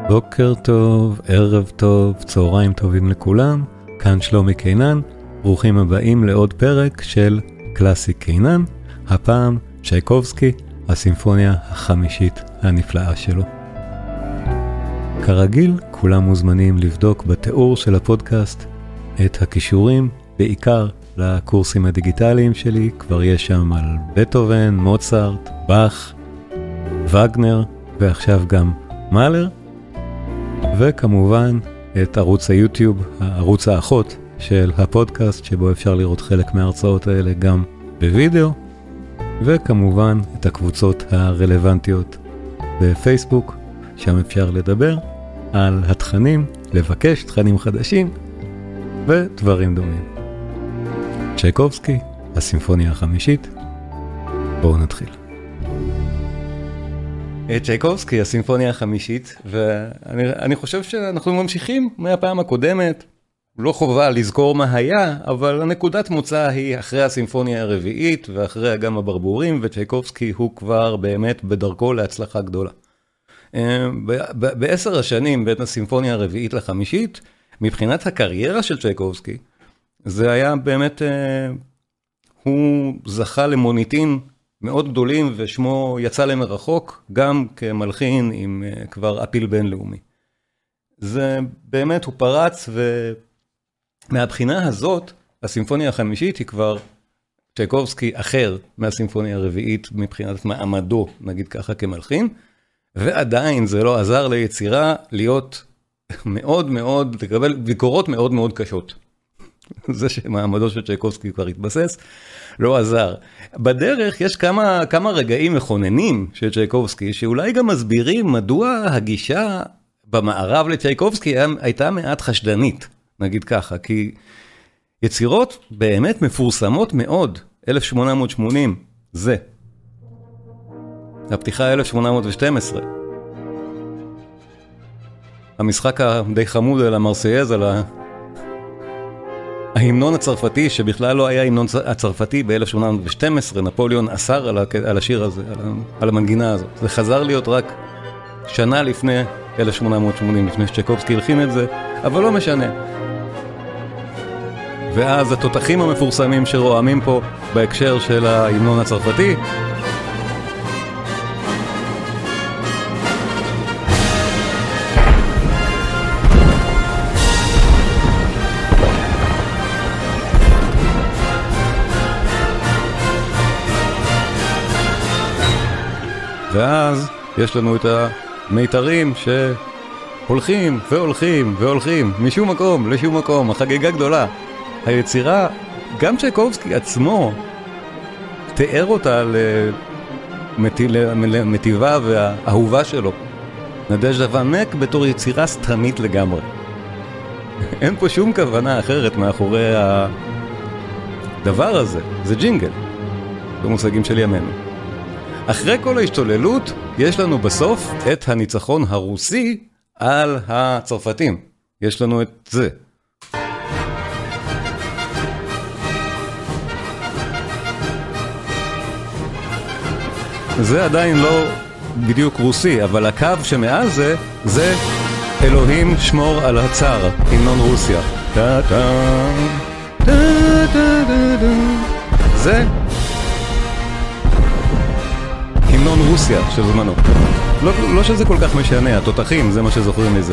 בוקר טוב, ערב טוב, צהריים טובים לכולם, כאן שלומי קינן, ברוכים הבאים לעוד פרק של קלאסי קינן, הפעם צ'ייקובסקי, הסימפוניה החמישית הנפלאה שלו. כרגיל, כולם מוזמנים לבדוק בתיאור של הפודקאסט את הכישורים, בעיקר לקורסים הדיגיטליים שלי, כבר יש שם על בטהובן, מוצרט, באך, וגנר, ועכשיו גם מאלר, וכמובן את ערוץ היוטיוב, הערוץ האחות של הפודקאסט, שבו אפשר לראות חלק מההרצאות האלה גם בווידאו, וכמובן את הקבוצות הרלוונטיות בפייסבוק, שם אפשר לדבר על התכנים, לבקש תכנים חדשים ודברים דומים. צ'ייקובסקי, הסימפוניה החמישית, בואו נתחיל. צ'ייקובסקי, הסימפוניה החמישית, ואני חושב שאנחנו ממשיכים מהפעם הקודמת, לא חובה לזכור מה היה, אבל הנקודת מוצא היא אחרי הסימפוניה הרביעית, ואחרי אגם הברבורים, וצ'ייקובסקי הוא כבר באמת בדרכו להצלחה גדולה. ב10 השנים בין הסימפוניה הרביעית לחמישית, מבחינת הקריירה של צ'ייקובסקי, זה היה באמת, הוא זכה למוניטין מאוד גדולים, ושמו יצא למרחוק, גם כמלחין עם כבר אפיל בינלאומי. זה באמת, הוא פרץ, ומהבחינה הזאת, הסימפוניה החמישית היא כבר צ'ייקובסקי אחר מהסימפוניה הרביעית, מבחינת מעמדו, נגיד ככה, כמלחין, ועדיין זה לא עזר ליצירה להיות מאוד מאוד, לקבל ביקורות מאוד מאוד קשות. זה שמעמדו של צ'ייקובסקי כבר התבסס, לא עזר. בדרך יש כמה רגעים מכוננים של צ'ייקובסקי, שאולי גם מסבירים מדוע הגישה במערב לצ'ייקובסקי הייתה מעט חשדנית, נגיד ככה, כי יצירות באמת מפורסמות מאוד, 1880, זה. הפתיחה 1812. המשחק הדי חמוד על המרסייז, על ההמנון הצרפתי, שבכלל לא היה המנון הצרפתי ב-1812, נפוליאון אסר על השיר הזה, על המנגינה הזאת. זה חזר להיות רק שנה לפני 1880, לפני שצ'ייקובסקי הלחין את זה, אבל לא משנה. ואז התותחים המפורסמים שרועמים פה בהקשר של ההמנון הצרפתי, ואז יש לנו את המיתרים שהולכים והולכים והולכים משום מקום לשום מקום, החגיגה גדולה. היצירה, גם צ'ייקובסקי עצמו תיאר אותה למטיבה והאהובה שלו, נדז'דה ואנק, בתור יצירה סתמית לגמרי. אין פה שום כוונה אחרת מאחורי הדבר הזה, זה ג'ינגל במושגים של ימינו. אחרי כל ההשתוללות, יש לנו בסוף את הניצחון הרוסי על הצרפתים. יש לנו את זה. זה עדיין לא בדיוק רוסי, אבל הקו שמעל זה אלוהים שמור על הצאר, המנון רוסיה. זה המנון רוסיה של זמנו. לא שזה כל כך משנה, התותחים, זה מה שזוכרים מזה.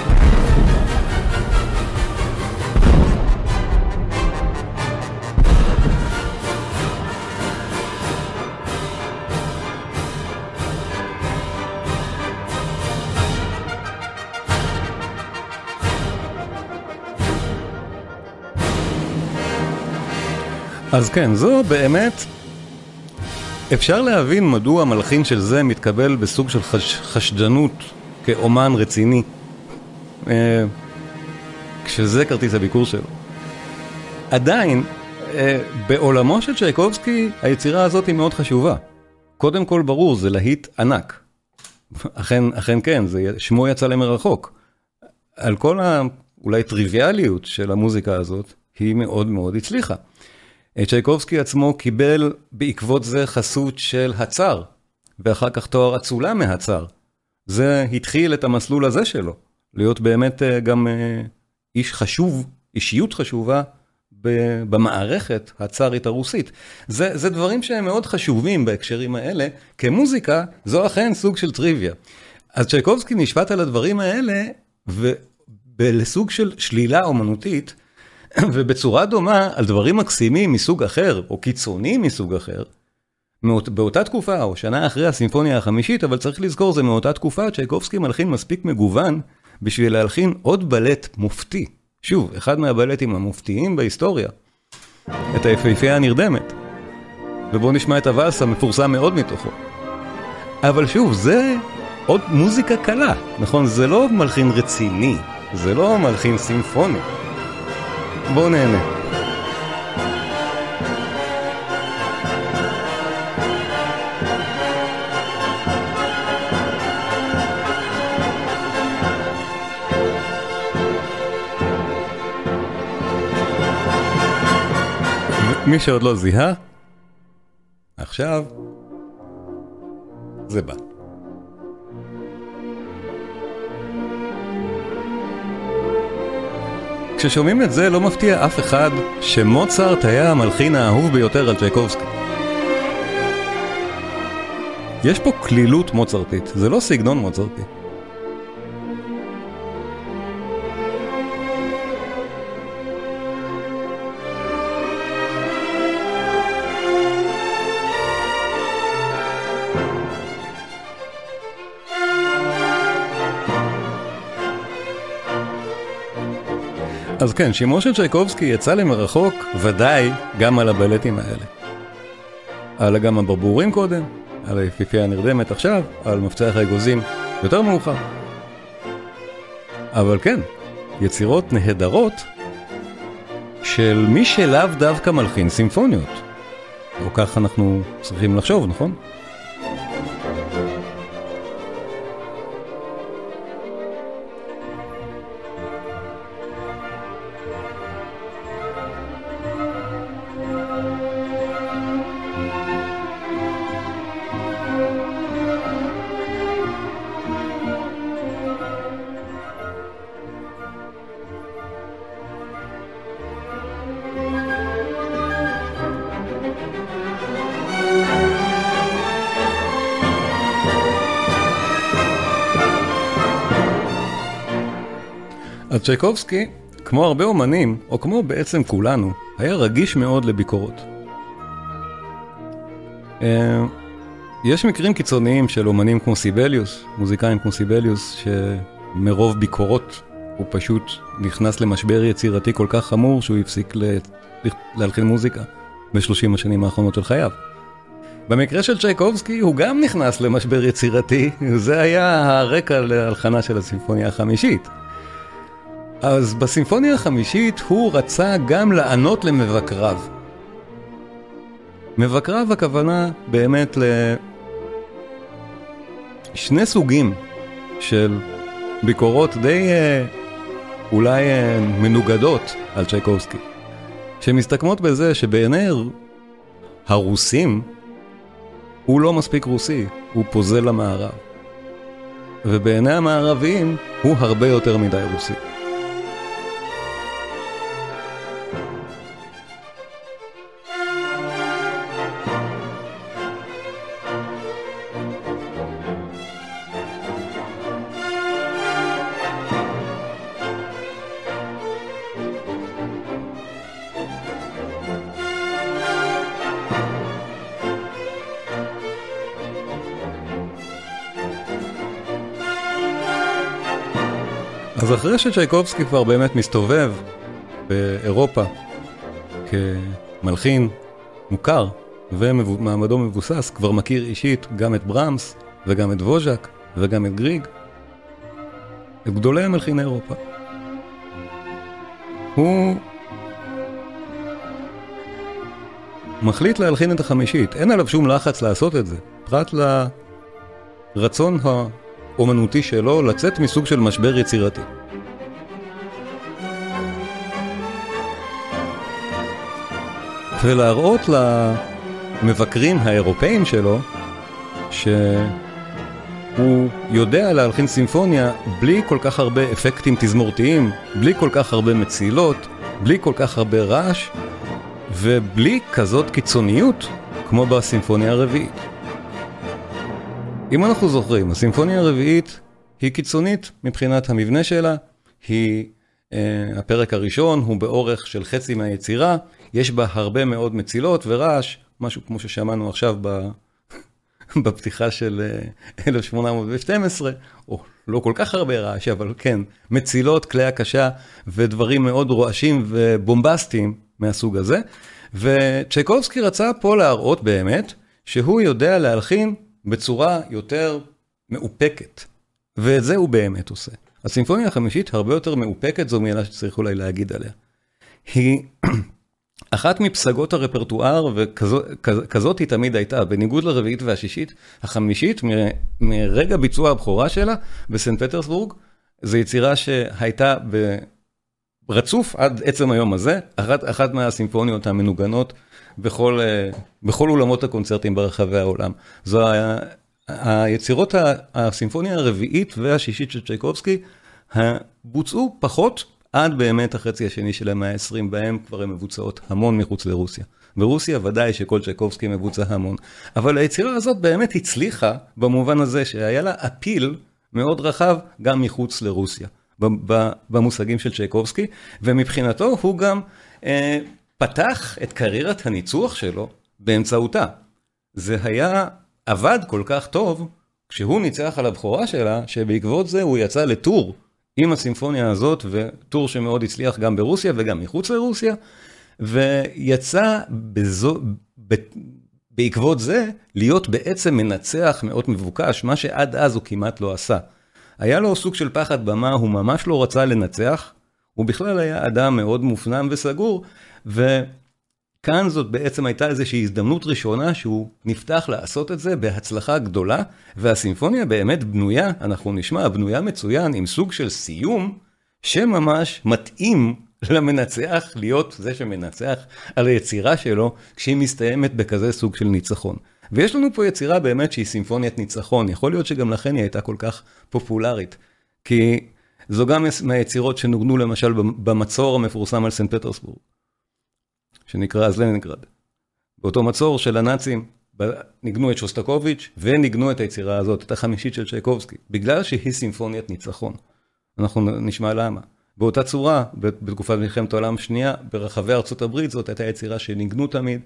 אז כן, זו באמת, אפשר להבין מדוע המלחין של זה מתקבל בסוג של חשדנות כאומן רציני, כשזה כרטיס הביקור שלו. עדיין, בעולמו של צ'ייקובסקי, היצירה הזאת היא מאוד חשובה. קודם כל ברור, זה להיט ענק. אכן כן, שמו יצא למרחוק. על כל אולי טריוויאליות של המוזיקה הזאת, היא מאוד מאוד הצליחה. צ'ייקובסקי עצמו קיבל בעקבות זה חסות של הצאר, ואחר כך תואר אצולה מהצאר. זה התחיל את המסלול הזה שלו, להיות באמת גם איש חשוב, אישיות חשובה במערכת הצארית הרוסית. זה דברים שהם מאוד חשובים בהקשרים האלה, כמוזיקה זו אכן סוג של טריוויה. אז צ'ייקובסקי נשפט על הדברים האלה, ולסוג של שלילה אומנותית, ובצורה דומה על דברים מקסימים מסוג אחר, או קיצוניים מסוג אחר, באותה תקופה, או שנה אחרי הסימפוניה החמישית, אבל צריך לזכור, זה מאותה תקופה, צ'ייקובסקי מלחין מספיק מגוון, בשביל להלחין עוד בלט מופתי. שוב, אחד מהבלטים המופתיים בהיסטוריה, את היפהפייה הנרדמת. ובואו נשמע את הוואלס המפורסם מאוד מתוכו. אבל שוב, זה עוד מוזיקה קלה, נכון? זה לא מלחין רציני, זה לא מלחין סימפוני. בואו נהנה. מי שעוד לא זיהה, עכשיו זה בא. כששומעים את זה לא מפתיע אף אחד שמוצרט היה המלחין האהוב ביותר על צ'ייקובסקי. יש פה כלילות מוצרטית, זה לא סגנון מוצרטי. אז כן, שימו של צ'ייקובסקי יצא למרחוק ודאי גם על הבלטים האלה. על גם הברבורים קודם, על היפהפייה הנרדמת עכשיו, על מבצע האגוזים יותר מאוחר. אבל כן, יצירות נהדרות של מי שלאו דווקא מלחין סימפוניות. או כך אנחנו צריכים לחשוב, נכון? אז צ'ייקובסקי, כמו הרבה אומנים, או כמו בעצם כולנו, היה רגיש מאוד לביקורות. יש מקרים קיצוניים של אומנים כמו סיבליוס, מוזיקאים כמו סיבליוס, שמרוב ביקורות הוא פשוט נכנס למשבר יצירתי כל כך חמור, שהוא הפסיק להלחין מוזיקה ב-30 השנים האחרונות של חייו. במקרה של צ'ייקובסקי הוא גם נכנס למשבר יצירתי, זה היה הרקע להלחנה של הסימפוניה החמישית. אז בסימפוניה החמישית הוא רצה גם לענות למבקריו. מבקריו הכוונה באמת לשני סוגים של ביקורות די אולי מנוגדות על צ'ייקובסקי, שמסתכמות בזה שבעיני הרוסים הוא לא מספיק רוסי, הוא פוזל למערב. ובעיני המערביים הוא הרבה יותר מדי רוסי. אז אחרי שצ'ייקובסקי כבר באמת מסתובב באירופה כמלחין מוכר ומעמדו מבוסס, כבר מכיר אישית גם את ברמס וגם את ווז'ק וגם את גריג, את גדולי המלחיני אירופה. הוא מחליט להלחין את החמישית, אין עליו שום לחץ לעשות את זה, פרט לרצון האומנותי שלו לצאת מסוג של משבר יצירתי. ולהראות למבקרים האירופאים שלו שהוא הוא יודע להלחין סימפוניה בלי כל כך הרבה אפקטים תזמורתיים, בלי כל כך הרבה מצילות, בלי כל כך הרבה רעש, ובלי כזאת קיצוניות כמו בסימפוניה הרביעית. אם אנחנו זוכרים, הסימפוניה הרביעית היא קיצונית מבחינת המבנה שלה, הפרק הראשון הוא באורך של חצי מהיצירה, יש בה הרבה מאוד מצילות ורעש, משהו כמו ששמענו עכשיו בפתיחה של 1812, או לא כל כך הרבה רעש, אבל כן, מצילות, כלי הקשה ודברים מאוד רועשים ובומבסטיים מהסוג הזה, וצ'ייקובסקי רצה פה להראות באמת שהוא יודע להלחין בצורה יותר מאופקת, ואת זה הוא באמת עושה. הסימפוניה החמישית הרבה יותר מאופקת, זו מילה שצריך אולי להגיד עליה. היא אחת מפסגות הרפרטואר, וכזאת היא תמיד הייתה, בניגוד לרביעית והשישית, החמישית, מרגע ביצוע הבכורה שלה בסנט פטרסבורג, זו יצירה שהייתה ברצוף עד עצם היום הזה, אחת מהסימפוניות המנוגנות בכל אולמות הקונצרטים ברחבי העולם. זו היצירות, הסימפוניה הרביעית והשישית של צ'ייקובסקי, בוצעו פחות עד באמת החצי השני של המאה ה-20, בהם כבר הן מבוצעות המון מחוץ לרוסיה. ברוסיה ודאי שכל צ'ייקובסקי מבוצע המון. אבל היצירה הזאת באמת הצליחה במובן הזה שהיה לה אפיל מאוד רחב גם מחוץ לרוסיה, במושגים של צ'ייקובסקי, ומבחינתו הוא גם פתח את קריירת הניצוח שלו באמצעותה. זה היה עבד כל כך טוב כשהוא ניצח על הבכורה שלה, שבעקבות זה הוא יצא לטור עם הסימפוניה הזאת, וטור שמאוד הצליח גם ברוסיה וגם מחוץ לרוסיה, ויצא בעקבות זה להיות בעצם מנצח מאוד מבוקש, מה שעד אז הוא כמעט לא עשה. היה לו סוג של פחד במה, הוא ממש לא רצה לנצח, הוא בכלל היה אדם מאוד מופנם וסגור, וכאן זאת בעצם הייתה איזושהי הזדמנות ראשונה שהוא נפתח לעשות את זה בהצלחה גדולה, והסימפוניה באמת בנויה, אנחנו נשמע, בנויה מצוין עם סוג של סיום שממש מתאים למנצח להיות זה שמנצח על היצירה שלו כשהיא מסתיימת בכזה סוג של ניצחון. ויש לנו פה יצירה באמת שהיא סימפוניית ניצחון, יכול להיות שגם לכן היא הייתה כל כך פופולרית, כי זו גם מהיצירות שנוגנו למשל במצור המפורסם על סנט פטרסבורג, שנקרא אז לנינגרד. באותו מצור של הנאצים ניגנו את שוסטקוביץ' וניגנו את היצירה הזאת, את החמישית של צ'ייקובסקי, בגלל שהיא סימפוניית ניצחון. אנחנו נשמע למה. באותה צורה, בתקופת מלחמת העולם השנייה, ברחבי ארצות הברית, זאת הייתה יצירה שניגנו תמיד,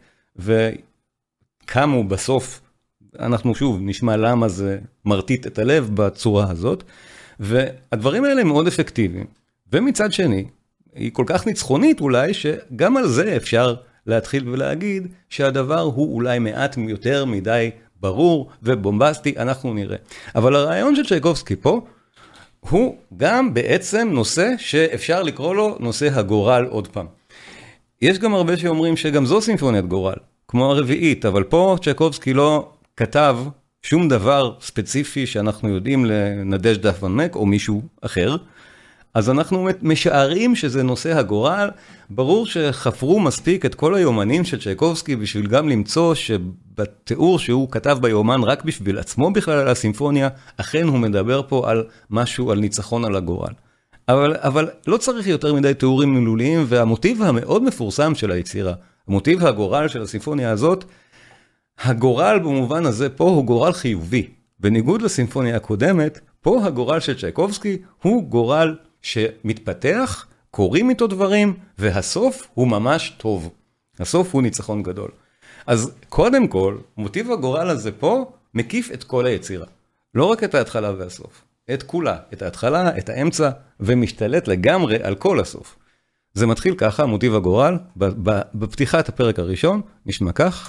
וקמו בסוף, אנחנו שוב נשמע למה זה מרטיט את הלב בצורה הזאת, והדברים האלה מאוד אפקטיביים. ומצד שני, היא כל כך ניצחונית אולי, שגם על זה אפשר להתחיל ולהגיד שהדבר הוא אולי מעט יותר מדי ברור ובומבסטי, אנחנו נראה. אבל הרעיון של צ'ייקובסקי פה, הוא גם בעצם נושא שאפשר לקרוא לו נושא הגורל עוד פעם. יש גם הרבה שאומרים שגם זו סימפוניית גורל, כמו הרביעית, אבל פה צ'ייקובסקי לא כתב שום דבר ספציפי שאנחנו יודעים לנדז'דה ואן מק או מישהו אחר, אז אנחנו משערים שזה נושא הגורל. ברור שחפרו מספיק את כל היומנים של צ'ייקובסקי בשביל גם למצוא שבתיאור שהוא כתב ביומן רק בשביל עצמו בכלל על הסימפוניה, אכן הוא מדבר פה על משהו, על ניצחון על הגורל. אבל לא צריך יותר מדי תיאורים מילוליים, והמוטיב המאוד מפורסם של היצירה, המוטיב הגורל של הסימפוניה הזאת, הגורל במובן הזה פה הוא גורל חיובי. בניגוד לסימפוניה הקודמת, פה הגורל של צ'ייקובסקי הוא גורל שמתפתח, קוראים איתו דברים, והסוף הוא ממש טוב. הסוף הוא ניצחון גדול. אז קודם כל, מוטיב הגורל הזה פה מקיף את כל היצירה. לא רק את ההתחלה והסוף, את כולה, את ההתחלה, את האמצע, ומשתלט לגמרי על כל הסוף. זה מתחיל ככה, מוטיב הגורל, בפתיחת הפרק הראשון, נשמע כך.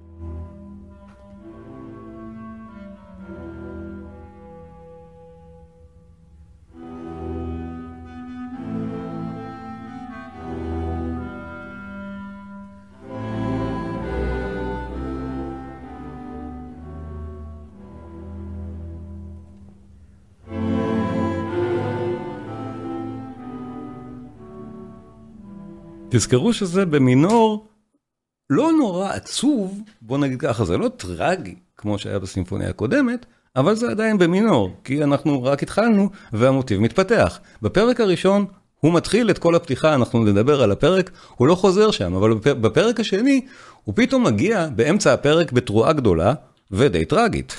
תזכרו שזה במינור לא נורא עצוב, בוא נגיד ככה, זה לא טרגי כמו שהיה בסימפוניה הקודמת, אבל זה עדיין במינור, כי אנחנו רק התחלנו והמוטיב מתפתח. בפרק הראשון הוא מתחיל את כל הפתיחה, אנחנו נדבר על הפרק, הוא לא חוזר שם, אבל בפרק השני הוא פתאום מגיע באמצע הפרק בתרועה גדולה ודי טרגית.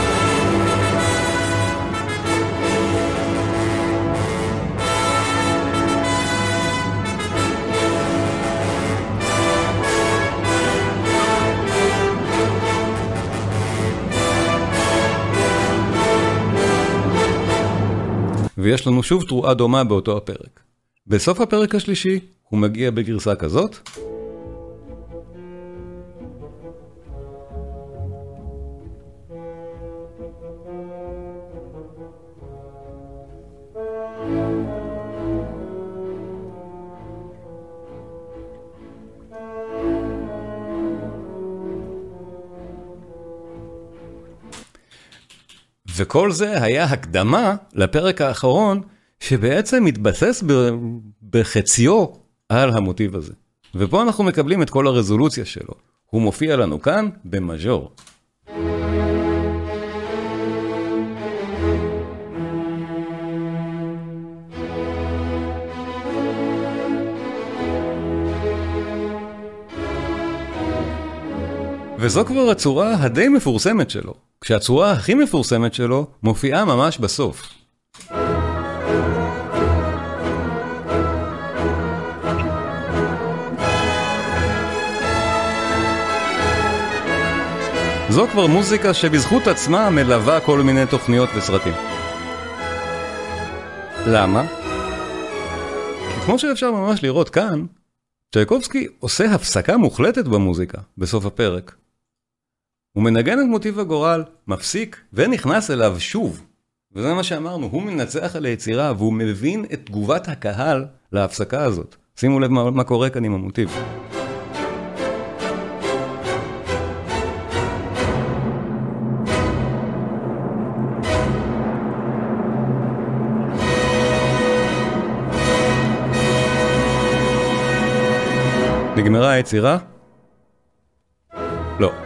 ויש לנו שוב תרועה דומה באותו הפרק. בסוף הפרק השלישי הוא מגיע בגרסה כזאת. וכל זה היה הקדמה לפרק האחרון, שבעצם מתבסס בחציו על המוטיב הזה. ופה אנחנו מקבלים את כל הרזולוציה שלו. הוא מופיע לנו כאן במז'ור. וזו כבר הצורה הדי מפורסמת שלו, כשהצורה הכי מפורסמת שלו מופיעה ממש בסוף. זו כבר מוזיקה שבזכות עצמה מלווה כל מיני תוכניות וסרטים. למה? כי כמו שאפשר ממש לראות כאן, צ'ייקובסקי עושה הפסקה מוחלטת במוזיקה בסוף הפרק. הוא מנגן את מוטיב הגורל, מפסיק ונכנס אליו שוב. וזה מה שאמרנו, הוא מנצח על היצירה והוא מבין את תגובת הקהל להפסקה הזאת. שימו לב מה קורה כאן עם המוטיב. נגמרה היצירה? לא.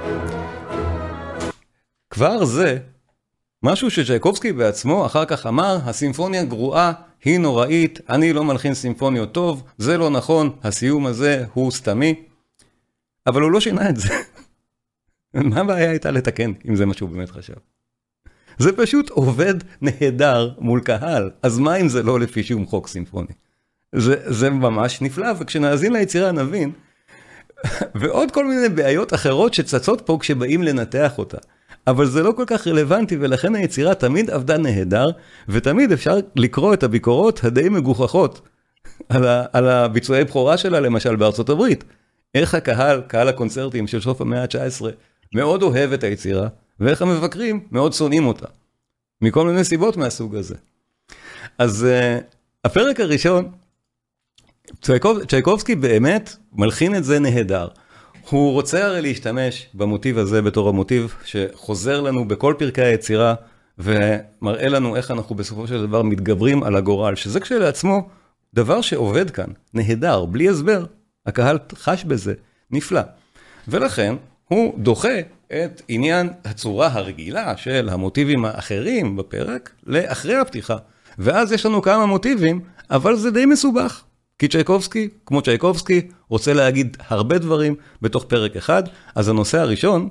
כבר זה, משהו שצ'ייקובסקי בעצמו אחר כך אמר, הסימפוניה גרועה, היא נוראית, אני לא מלחין סימפוניות טוב, זה לא נכון, הסיום הזה הוא סתמי. אבל הוא לא שינה את זה. מה הבעיה הייתה לתקן, אם זה מה שהוא באמת חשב? זה פשוט עובד נהדר מול קהל, אז מה אם זה לא לפי שום חוק סימפוני? זה ממש נפלא, וכשנאזין ליצירה נבין, ועוד כל מיני בעיות אחרות שצצות פה כשבאים לנתח אותה. אבל זה לא כל כך רלוונטי, ולכן היצירה תמיד עבדה נהדר, ותמיד אפשר לקרוא את הביקורות הדי מגוחכות על הביצועי בחורה שלה, למשל בארצות הברית. איך הקהל, קהל הקונצרטים של סוף המאה ה-19, מאוד אוהב את היצירה, ואיך המבקרים מאוד שונאים אותה. מכל מיני סיבות מהסוג הזה. אז הפרק הראשון, צ'ייקובסקי באמת מלחין את זה נהדר. הוא רוצה הרי להשתמש במוטיב הזה בתור המוטיב שחוזר לנו בכל פרקי היצירה, ומראה לנו איך אנחנו בסופו של דבר מתגברים על הגורל, שזה כשלעצמו דבר שעובד כאן, נהדר, בלי הסבר. הקהל חש בזה, נפלא. ולכן הוא דוחה את עניין הצורה הרגילה של המוטיבים האחרים בפרק לאחרי הפתיחה. ואז יש לנו כמה מוטיבים, אבל זה די מסובך. כי צ'ייקובסקי, כמו צ'ייקובסקי, רוצה להגיד הרבה דברים בתוך פרק אחד. אז הנושא הראשון,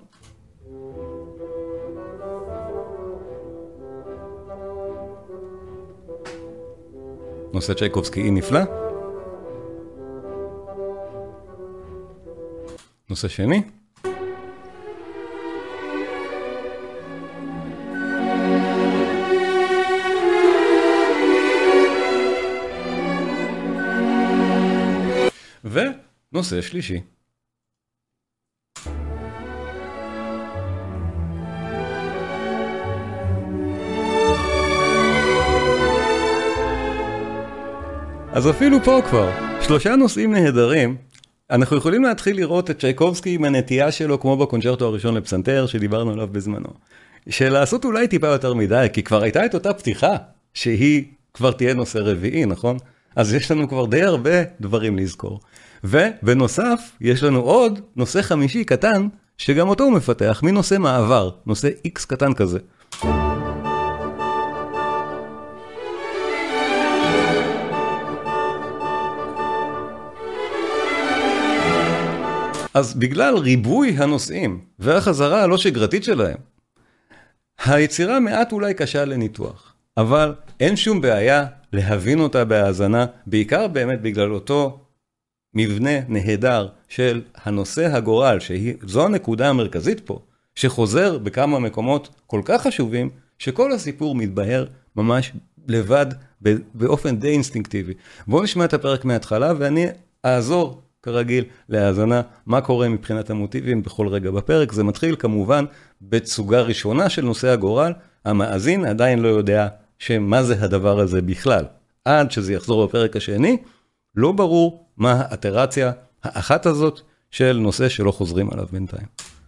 נושא צ'ייקובסקי נפלא. נושא שני, ונושא שלישי. אז אפילו פה כבר, 3 נושאים נהדרים. אנחנו יכולים להתחיל לראות את צ'ייקובסקי עם הנטייה שלו, כמו בקונצ'רטו הראשון לפסנתר, שדיברנו עליו בזמנו. של לעשות אולי טיפה יותר מדי, כי כבר הייתה את אותה פתיחה, שהיא כבר תהיה נושא רביעי, נכון? אז יש לנו כבר די הרבה דברים לזכור. ובנוסף, יש לנו עוד נושא חמישי קטן, שגם אותו הוא מפתח, מנושא מעבר, נושא X קטן כזה. אז בגלל ריבוי הנושאים והחזרה הלא שגרתית שלהם, היצירה מעט אולי קשה לניתוח, אבל אין שום בעיה להבין אותה בהאזנה, בעיקר באמת בגלל אותו מבנה נהדר של הנושא הגורל, שזו הנקודה המרכזית פה, שחוזר בכמה מקומות כל כך חשובים, שכל הסיפור מתבהר ממש לבד, באופן די אינסטינקטיבי. בואו נשמע את הפרק מההתחלה, ואני אעזור כרגיל להאזנה מה קורה מבחינת המוטיבים בכל רגע בפרק. זה מתחיל כמובן בתסוגה ראשונה של נושא הגורל, המאזין עדיין לא יודע שמה זה הדבר הזה בכלל. עד שזה יחזור בפרק השני, לא ברור מה האטרציה האחת הזאת של נושא שלא חוזרים עליו בינתיים.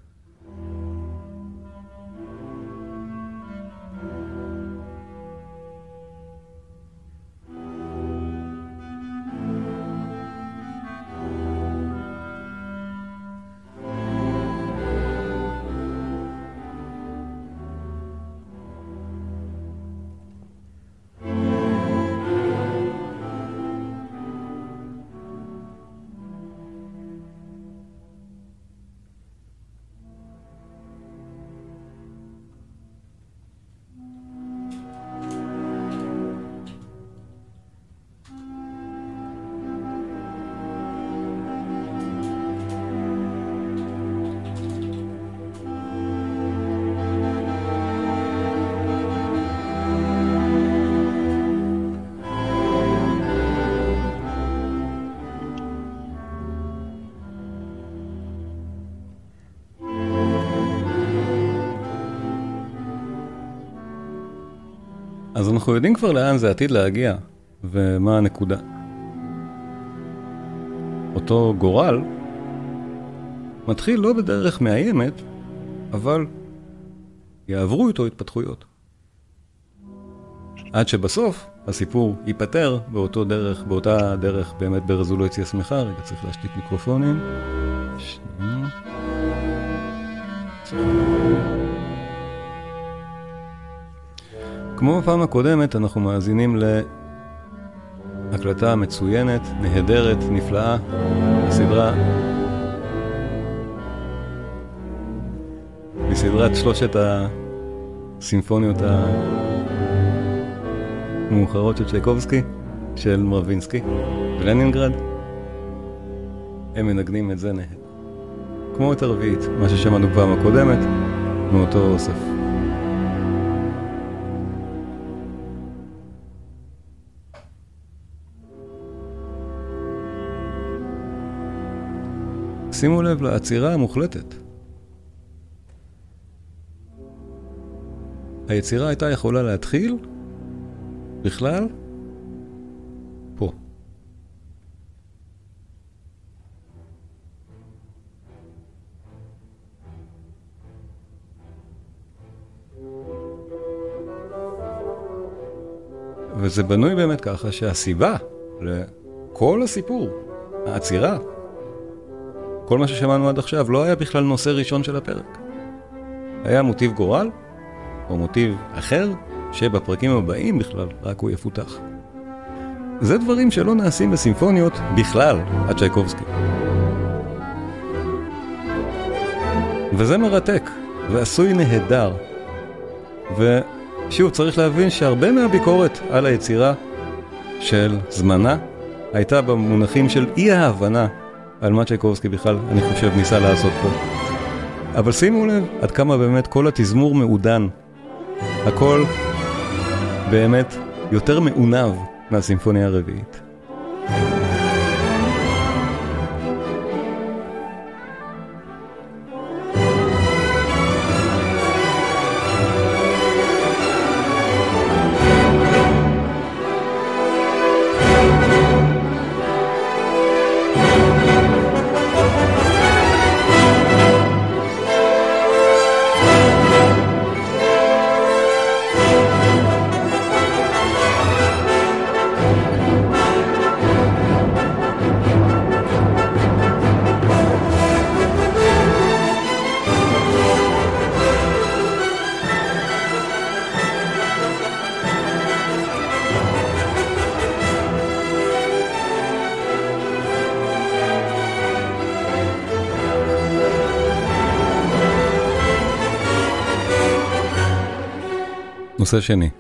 אז אנחנו יודעים כבר לאן זה עתיד להגיע, ומה הנקודה. אותו גורל מתחיל לא בדרך מאיימת, אבל יעברו איתו התפתחויות. עד שבסוף הסיפור ייפטר באותה דרך באמת ברזולוציה שמחה. רגע, צריך להשתיק מיקרופונים. שנייה. כמו בפעם הקודמת, אנחנו מאזינים להקלטה מצוינת, נהדרת, נפלאה, הסדרה מסדרת שלושת הסימפוניות המאוחרות של צ'ייקובסקי, של מרווינסקי ולנינגרד. הם מנגנים את זה נהדר. כמו את הרביעית, מה ששמענו בפעם הקודמת, מאותו אוסף. שימו לב לעצירה המוחלטת. היצירה הייתה יכולה להתחיל בכלל פה. וזה בנוי באמת ככה שהסיבה לכל הסיפור, העצירה, כל מה ששמענו עד עכשיו לא היה בכלל נושא ראשון של הפרק. היה מוטיב גורל, או מוטיב אחר, שבפרקים הבאים בכלל רק הוא יפותח. זה דברים שלא נעשים בסימפוניות בכלל, הצ'ייקובסקי. וזה מרתק, ועשוי נהדר. ושוב, צריך להבין שהרבה מהביקורת על היצירה של זמנה, הייתה במונחים של אי ההבנה על מה צ'ייקובסקי בכלל, אני חושב, ניסה לעשות פה. אבל שימו לב עד כמה באמת כל התזמור מעודן. הכל באמת יותר מעונב מהסימפוניה הרביעית. נושא שני.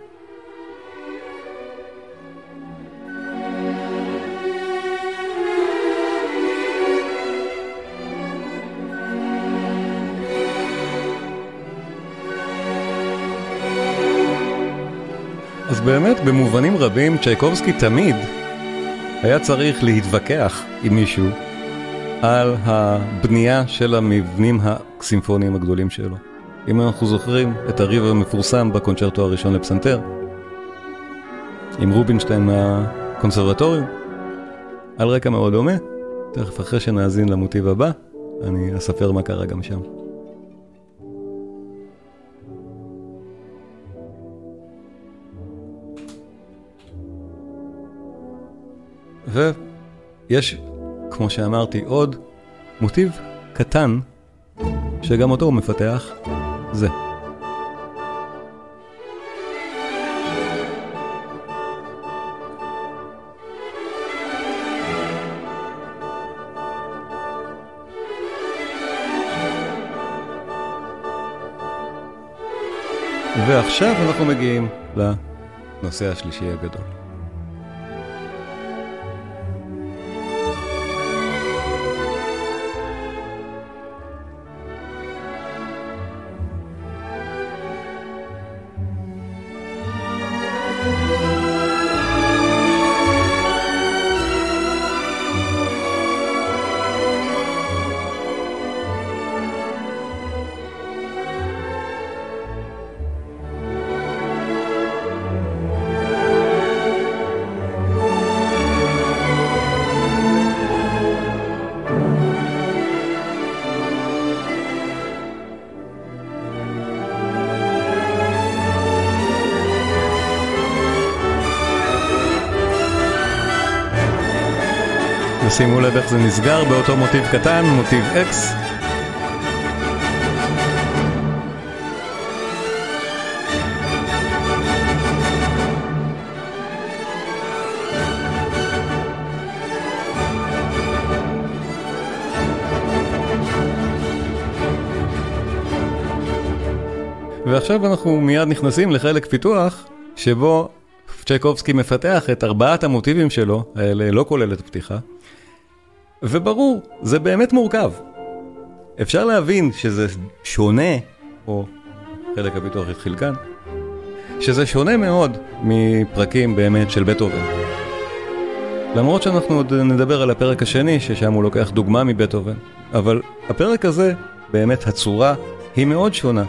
אז באמת, במובנים רבים, צ'ייקובסקי תמיד היה צריך להתווכח עם מישהו על הבנייה של המבנים הסימפוניים הגדולים שלו. אם אנחנו זוכרים את הריב המפורסם בקונצ'רטו הראשון לפסנתר, עם רובינשטיין מהקונסרבטוריום, על רקע מאוד דומה, תכף אחרי שנאזין למוטיב הבא, אני אספר מה קרה גם שם. ויש, כמו שאמרתי, עוד מוטיב קטן, שגם אותו הוא מפתח, זה. ועכשיו אנחנו מגיעים לנושא השלישי הגדול. שימו לב איך זה נסגר באותו מוטיב קטן, מוטיב X. ועכשיו אנחנו מיד נכנסים לחלק פיתוח, שבו צ'ייקובסקי מפתח את ארבעת המוטיבים שלו, האלה לא כולל את הפתיחה, וברור, זה באמת מורכב. אפשר להבין שזה שונה, או חלק הפיתוח התחיל כאן, שזה שונה מאוד מפרקים באמת של בטהובן. למרות שאנחנו עוד נדבר על הפרק השני, ששם הוא לוקח דוגמה מבטהובן, אבל הפרק הזה, באמת הצורה, היא מאוד שונה.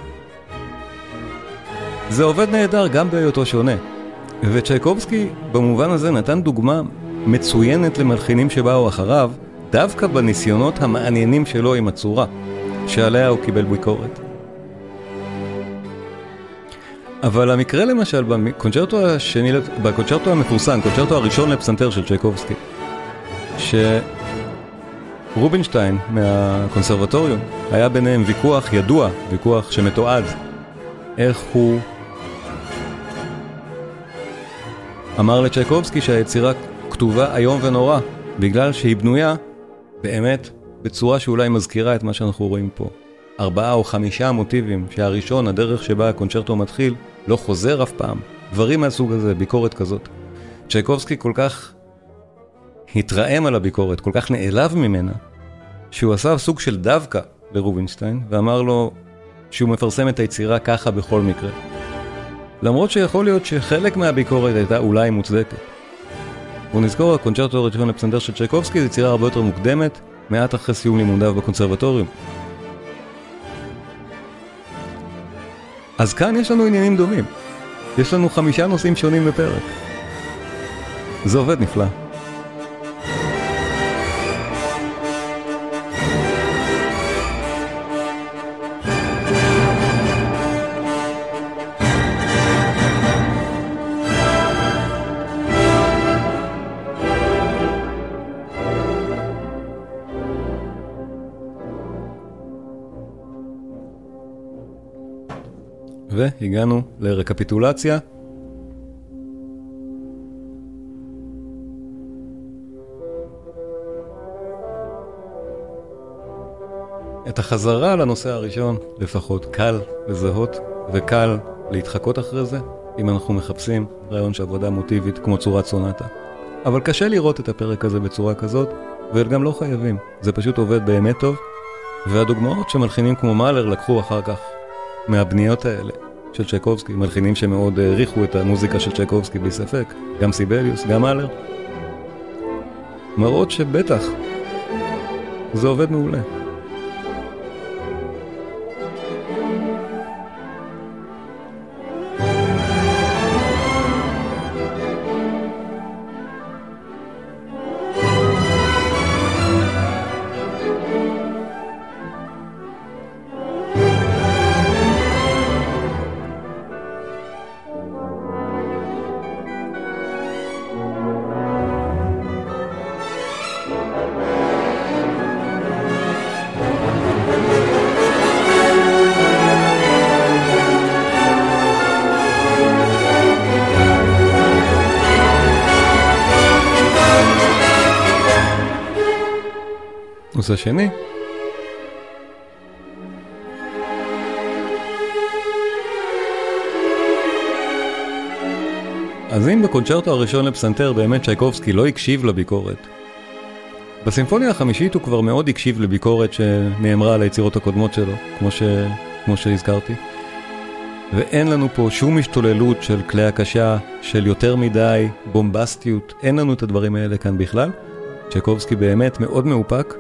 זה עובד נהדר גם בהיותו שונה. וצ'ייקובסקי במובן הזה נתן דוגמה מצוינת למלחינים שבאו אחריו, דווקא בניסיונות המעניינים שלו עם הצורה, שעליה הוא קיבל ביקורת. אבל המקרה למשל, בקונצ'רטו המפורסם, קונצ'רטו הראשון לפסנתר של צ'ייקובסקי, שרובינשטיין מהקונסרבטוריום, היה ביניהם ויכוח ידוע, ויכוח שמתועד, איך הוא אמר לצ'ייקובסקי שהיצירה כתובה היום ונורא, בגלל שהיא בנויה באמת בצורה שאולי מזכירה את מה שאנחנו רואים פה. 4 או 5 מוטיבים, שהראשון, הדרך שבה הקונצ'רטו מתחיל, לא חוזר אף פעם. דברים מהסוג הזה, ביקורת כזאת. צ'ייקובסקי כל כך התרעם על הביקורת, כל כך נעלב ממנה, שהוא עשה סוג של דווקא לרובינשטיין, ואמר לו שהוא מפרסם את היצירה ככה בכל מקרה. למרות שיכול להיות שחלק מהביקורת הייתה אולי מוצדקת. הוא נזכור, הקונצ'רטו הראשון לפסנתר של צ'ייקובסקי זה יצירה הרבה יותר מוקדמת, מעט אחרי סיום לימודיו בקונסרבטוריום. אז כאן יש לנו עניינים דומים. יש לנו 5 נושאים שונים בפרק. זה עובד נפלא. והגענו לרקפיטולציה. את החזרה לנושא הראשון לפחות קל לזהות וקל להתחקות אחרי זה. אם אנחנו מחפשים רעיון של עבודה מוטיבית כמו צורת סונטה. אבל קשה לראות את הפרק הזה בצורה כזאת, וגם לא חייבים. זה פשוט עובד באמת טוב, והדוגמאות שמלחינים כמו מאלר לקחו אחר כך מהבניות האלה של צ'ייקובסקי, מלחינים שמאוד העריכו את המוזיקה של צ'ייקובסקי בלי ספק, גם סיבליוס, גם מאלר. מראות שבטח זה עובד מעולה. נושא שני, אז אם בקונצ'רטו הראשון לפסנתר באמת צ'ייקובסקי לא הקשיב לביקורת, בסימפוניה החמישית הוא כבר מאוד הקשיב לביקורת שנאמרה על היצירות הקודמות שלו, כמו שהזכרתי. ואין לנו פה שום השתוללות של כלי הקשה, של יותר מדי בומבסטיות, אין לנו את הדברים האלה כאן בכלל. צ'ייקובסקי באמת מאוד מאופק,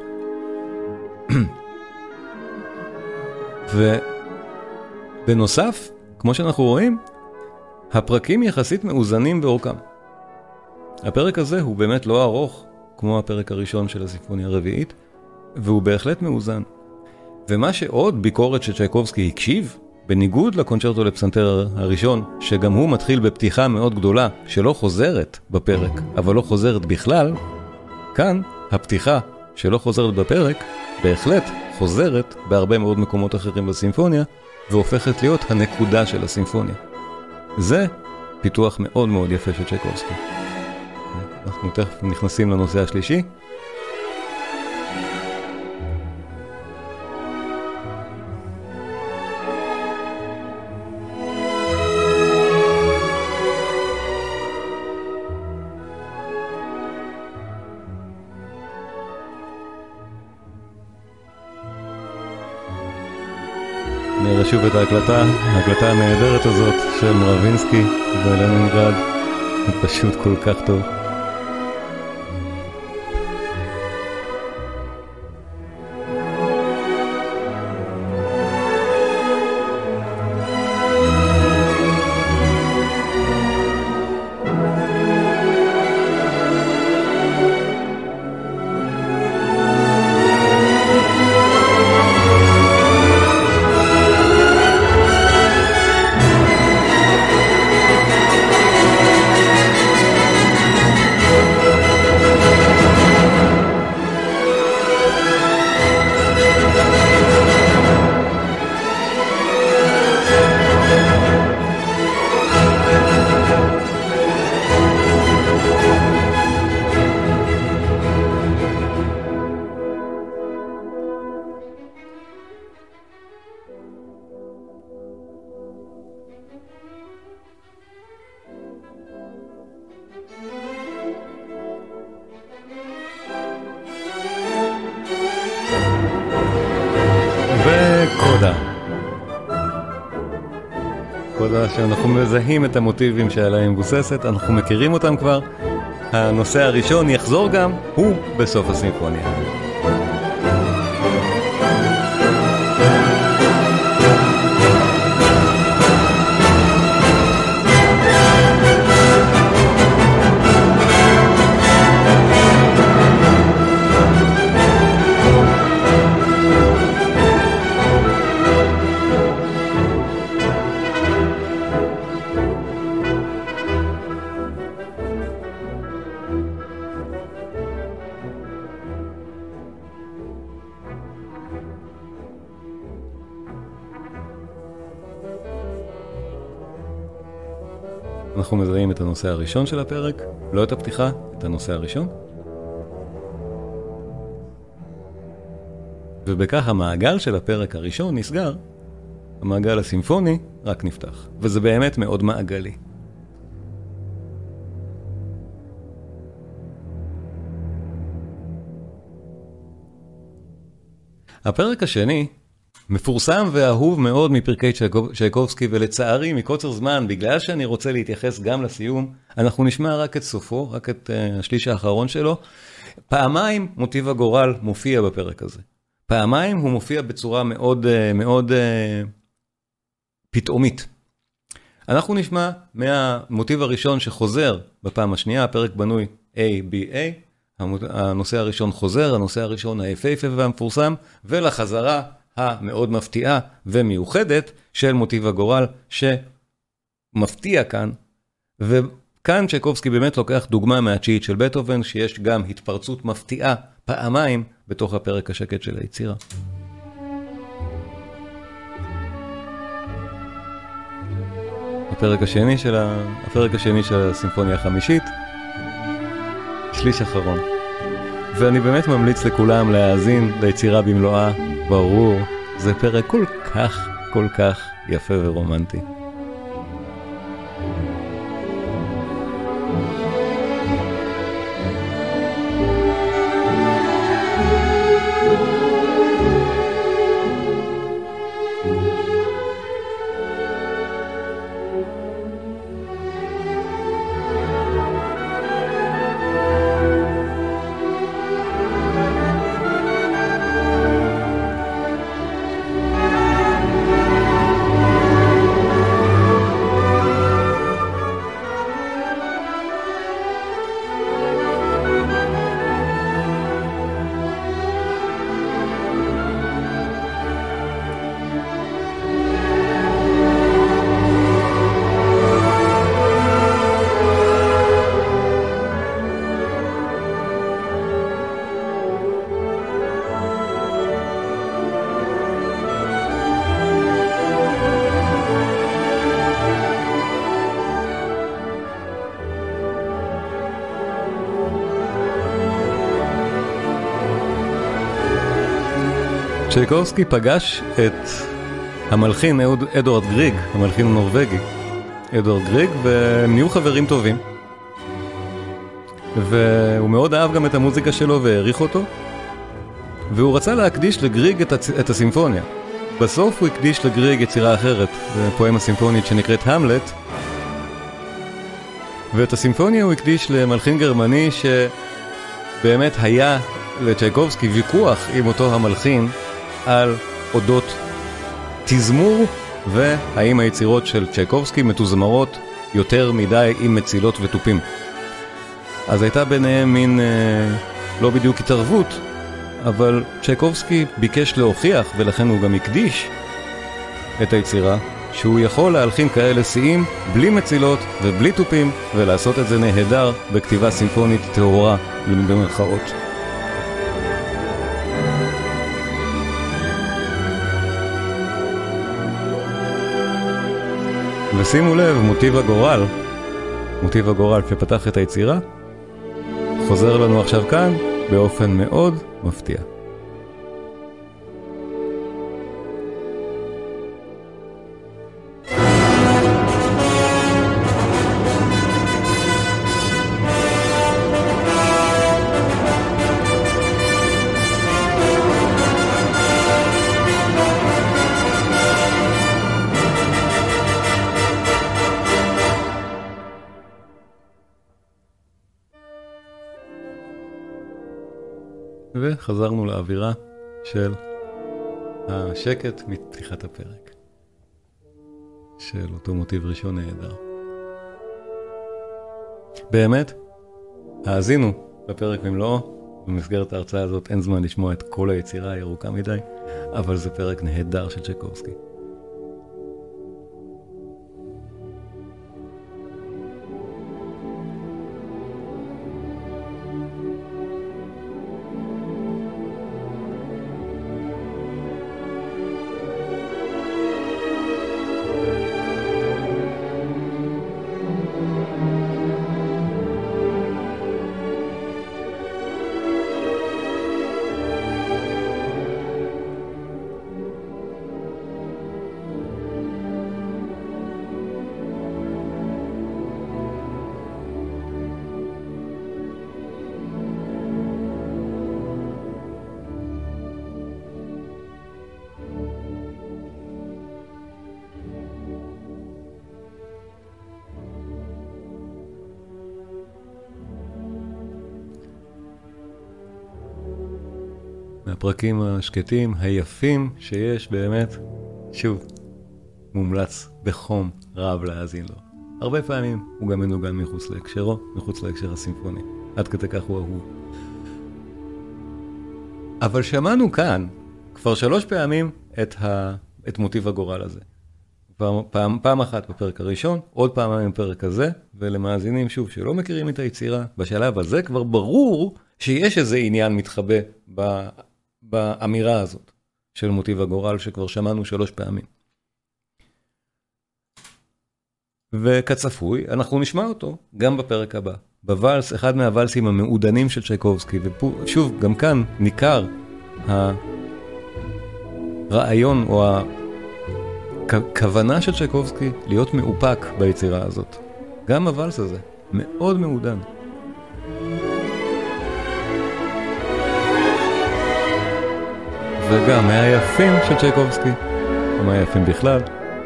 ובנוסף, כמו שאנחנו רואים, הפרקים יחסית מאוזנים באורכם. הפרק הזה הוא באמת לא ארוך, כמו הפרק הראשון של הסימפוניה הרביעית, והוא בהחלט מאוזן. ומה שעוד ביקורת שצ'ייקובסקי הקשיב, בניגוד לקונצ'רטו לפסנתר הראשון, שגם הוא מתחיל בפתיחה מאוד גדולה, שלא חוזרת בפרק, אבל לא חוזרת בכלל, כאן הפתיחה שלא חוזרת בפרק, בהחלט חוזרת בהרבה מאוד מקומות אחרים בסימפוניה, והופכת להיות הנקודה של הסימפוניה. זה פיתוח מאוד מאוד יפה של צ'ייקובסקי. אנחנו תכף נכנסים לנושא השלישי. נראה שוב את ההקלטה הנהדרת הזאת של מרווינסקי בלנינגרד, פשוט כל כך טוב. קודה שאנחנו מזהים את המוטיבים שעליהם מבוססת, אנחנו מכירים אותם כבר. הנושא הראשון יחזור גם, הוא בסוף הסימפוניה. אנחנו מזהים את הנושא הראשון של הפרק, לא את הפתיחה, את הנושא הראשון. ובכך המעגל של הפרק הראשון נסגר, המעגל הסימפוני רק נפתח. וזה באמת מאוד מעגלי. הפרק השני מפורסם ואהוב מאוד מפרקי צ'ייקובסקי, ולצערי מקוצר זמן, בגלל שאני רוצה להתייחס גם לסיום, אנחנו נשמע רק את סופו, רק את השליש האחרון שלו. פעמיים מוטיב הגורל מופיע בפרק הזה. פעמיים הוא מופיע בצורה מאוד מאוד פתאומית. אנחנו נשמע מהמוטיב הראשון שחוזר בפעם השנייה, הפרק בנוי A-B-A, הנושא הראשון חוזר, הנושא הראשון היפהפה והמפורסם, ולחזרה המאוד מפתיעה ומיוחדת של מוטיב הגורל שמפתיע כאן, וכאן צ'ייקובסקי באמת לוקח דוגמה מהתשיעית של בטהובן, שיש גם התפרצות מפתיעה פעמיים בתוך הפרק השקט של היצירה. הפרק השני של הסימפוניה החמישית, שליש אחרון. ואני באמת ממליץ לכולם להאזין ליצירה במלואה, ברור, זה פרק כל כך יפה ורומנטי. צ'ייקובסקי פגש את המלחין אדוארד גריג, המלחין הנורווגי, אדוארד גריג, והם נהיו חברים טובים. והוא מאוד אהב גם את המוזיקה שלו והעריך אותו, והוא רצה להקדיש לגריג את הסימפוניה. בסוף הוא הקדיש לגריג יצירה אחרת, פואמה סימפונית שנקראת המלט, ואת הסימפוניה הוא הקדיש למלחין גרמני שבאמת היה לצ'ייקובסקי ויכוח עם אותו המלחין על אודות תזמור, והאם היצירות של צ'ייקובסקי מתוזמרות יותר מדי עם מצילות וטופים. אז הייתה ביניהם מין לא בדיוק התערבות, אבל צ'ייקובסקי ביקש להוכיח, ולכן הוא גם הקדיש את היצירה, שהוא יכול להלחין כאלה שיאים בלי מצילות ובלי טופים, ולעשות את זה נהדר בכתיבה סימפונית טהורה במרכאות. ושימו לב, מוטיב הגורל שפתח את היצירה, חוזר לנו עכשיו כאן באופן מאוד מפתיע. וחזרנו לאווירה של השקט מפתיחת הפרק, של אותו מוטיב ראשון נהדר. באמת, האזינו לפרק במלואו. במסגרת ההרצאה הזאת אין זמן לשמוע את כל היצירה, היא ארוכה מדי, אבל זה פרק נהדר של צ'ייקובסקי. מהפרקים השקטים, היפים שיש באמת, שוב, מומלץ בחום רב להאזין לו. הרבה פעמים הוא גם מנוגן מחוץ להקשרו, מחוץ להקשר הסימפוני. עד כדי כך הוא אהוב. אבל שמענו כאן כבר 3 פעמים את מוטיב הגורל הזה. פעם אחת בפרק הראשון, עוד פעמיים בפרק הזה, ולמאזינים שוב שלא מכירים את היצירה, בשלב הזה כבר ברור שיש איזה עניין מתחבא באמירה הזאת של מוטיב הגורל שכבר שמענו 3 פעמים. וכצפוי, אנחנו נשמע אותו גם בפרק הבא. בוואלס, אחד מהוואלסים המעודנים של צ'ייקובסקי, ושוב, גם כאן ניכר הרעיון או הכוונה של צ'ייקובסקי להיות מאופק ביצירה הזאת. גם הוואלס הזה, מאוד מעודן. וגם מהיפים של צ'ייקובסקי, או מהיפים בכלל.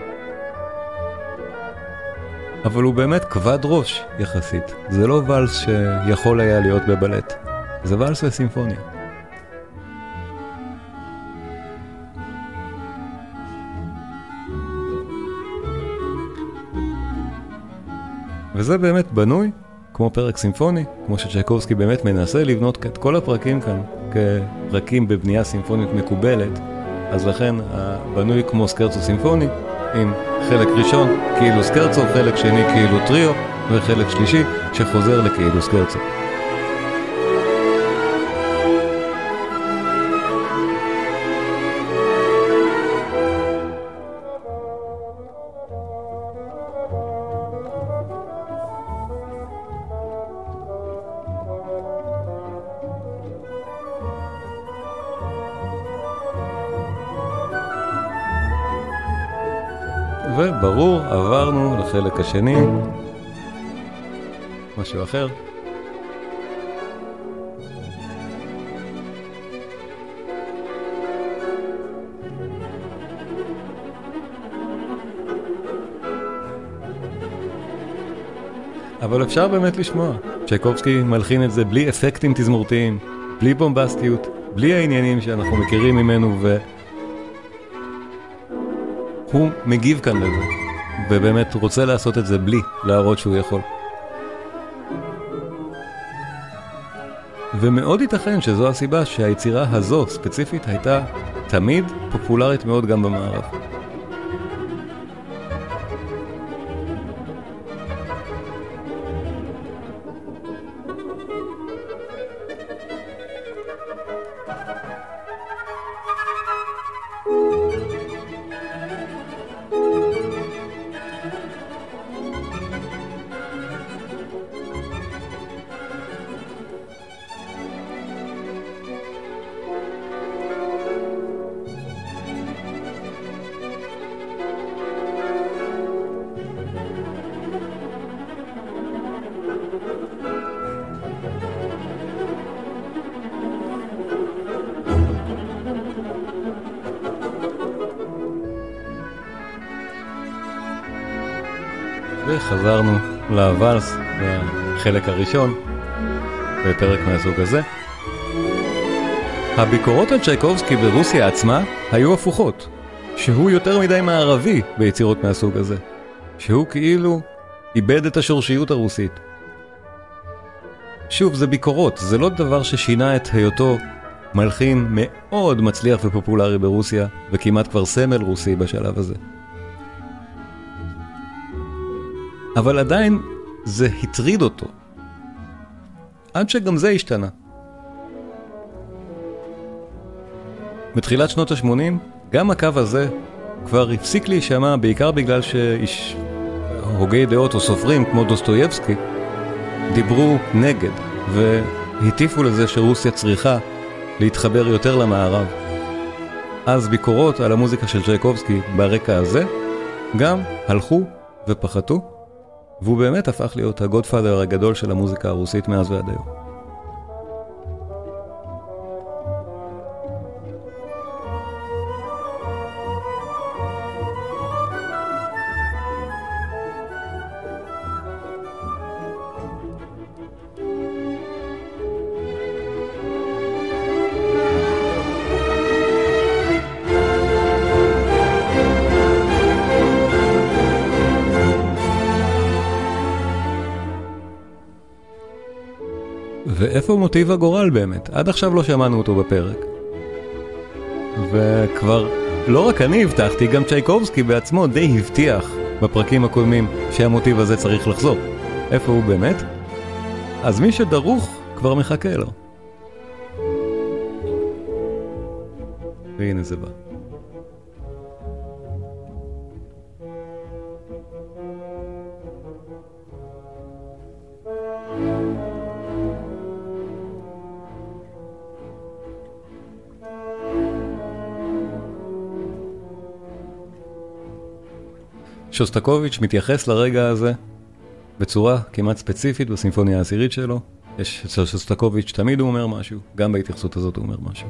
אבל הוא באמת כבד ראש יחסית. זה לא ואלס שיכול היה להיות בבלט. זה ואלס וסימפוניה. וזה באמת בנוי, כמו פרק סימפוני, כמו שצ'ייקובסקי באמת מנסה לבנות את כל הפרקים כאן, כפרקים בבנייה סימפונית מקובלת, אז לכן בנוי כמו סקרצו סימפוני, עם חלק ראשון כאילו סקרצו, חלק שני כאילו טריו, וחלק שלישי שחוזר לכאילו סקרצו. וברור, עברנו לחלק השני, משהו אחר. אבל אפשר באמת לשמוע. צ'ייקובסקי מלחין את זה בלי אפקטים תזמורתיים, בלי בומבסטיות, בלי העניינים שאנחנו מכירים ממנו הוא מגיב כאן לזה, ובאמת רוצה לעשות את זה בלי להראות שהוא יכול. ומאוד ייתכן שזו הסיבה שהיצירה הזו ספציפית הייתה תמיד פופולרית מאוד גם במערב. וחזרנו לוואלס בחלק הראשון בפרק מהסוג הזה. הביקורות על צ'ייקובסקי ברוסיה עצמה היו הפוכות, שהוא יותר מדי מערבי ביצירות מהסוג הזה, שהוא כאילו איבד את השורשיות הרוסית. שוב, זה ביקורות, זה לא דבר ששינה את היותו מלחין מאוד מצליח ופופולרי ברוסיה, וכמעט כבר סמל רוסי בשלב הזה. אבל עדיין זה הטריד אותו. עד שגם זה השתנה. בתחילת שנות ה-80, גם הקו הזה כבר הפסיק להישמע, בעיקר בגלל שהוגי דעות או סופרים כמו דוסטויבסקי דיברו נגד והטיפו לזה שרוסיה צריכה להתחבר יותר למערב. אז ביקורות על המוזיקה של צ'ייקובסקי ברקע הזה גם הלכו ופחתו, והוא באמת הפך להיות הגודפאדר הגדול של המוזיקה הרוסית מאז ועד היום. ואיפה מוטיב הגורל באמת? עד עכשיו לא שמענו אותו בפרק. וכבר לא רק אני הבטחתי, גם צ'ייקובסקי בעצמו די הבטיח בפרקים הקודמים שהמוטיב הזה צריך לחזור. איפה הוא באמת? אז מי שדרוך כבר מחכה לו. והנה זה בא. שוסטקוביץ' מתייחס לרגע הזה בצורה כמעט ספציפית בסימפוניה העשירית שלו. יש אצל שוסטקוביץ' תמיד הוא אומר משהו, גם בהתייחסות הזאת הוא אומר משהו.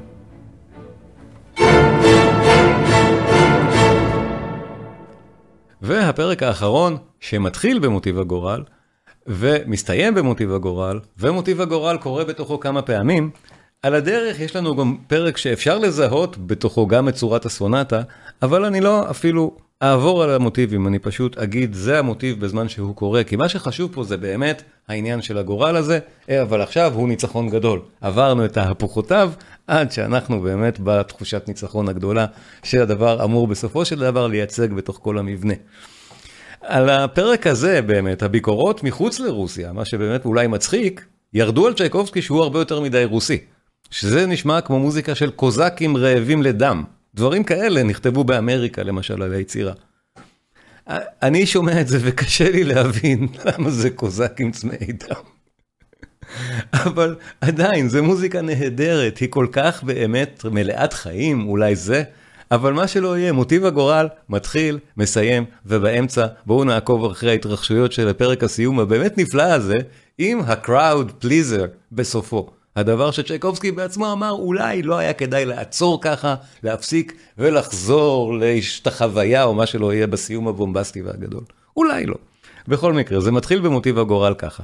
והפרק האחרון שמתחיל במוטיב הגורל ומסתיים במוטיב הגורל, ומוטיב הגורל קורה בתוכו כמה פעמים. על הדרך יש לנו גם פרק שאפשר לזהות בתוכו גם את צורת הסונטה, אבל אני לא אפילו אעבור על המוטיבים, אני פשוט אגיד זה המוטיב בזמן שהוא קורה, כי מה שחשוב פה זה באמת העניין של הגורל הזה, אבל עכשיו הוא ניצחון גדול. עברנו את ההפוכותיו עד שאנחנו באמת בתחושת ניצחון הגדולה, שהדבר אמור בסופו של דבר לייצג בתוך כל המבנה. על הפרק הזה באמת, הביקורות מחוץ לרוסיה, מה שבאמת אולי מצחיק, ירדו על צ'ייקובסקי שהוא הרבה יותר מדי רוסי. שזה נשמע כמו מוזיקה של קוזקים רעבים לדם. דברים כאלה נכתבו באמריקה, למשל, על היצירה. אני שומע את זה וקשה לי להבין למה זה קוזקים צמאי דם. אבל עדיין, זו מוזיקה נהדרת, היא כל כך באמת מלאת חיים, אולי זה, אבל מה שלא יהיה, מוטיב הגורל מתחיל, מסיים, ובאמצע בואו נעקוב אחרי ההתרחשויות של הפרק הסיום הבאמת נפלא הזה, עם ה-crowd pleaser בסופו. הדבר שצ'ייקובסקי בעצמו אמר, אולי לא היה כדאי לעצור ככה, להפסיק ולחזור את החוויה או מה שלא יהיה בסיום הבומבסטי והגדול. אולי לא. בכל מקרה, זה מתחיל במוטיב הגורל ככה.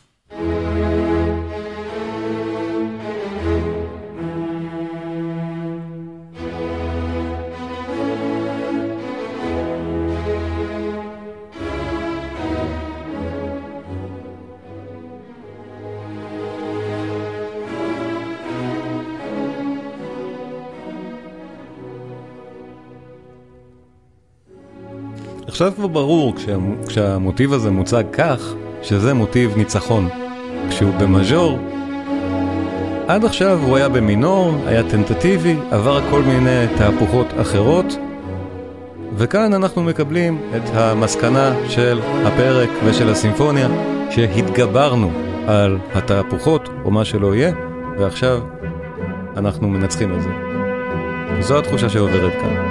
עכשיו כבר ברור כשהמוטיב הזה מוצג כך, שזה מוטיב ניצחון. כשהוא במז'ור, עד עכשיו הוא היה במינור, היה טנטטיבי, עבר כל מיני תהפוכות אחרות, וכאן אנחנו מקבלים את המסקנה של הפרק ושל הסימפוניה, שהתגברנו על התהפוכות או מה שלא יהיה, ועכשיו אנחנו מנצחים את זה. זו התחושה שעוברת כאן.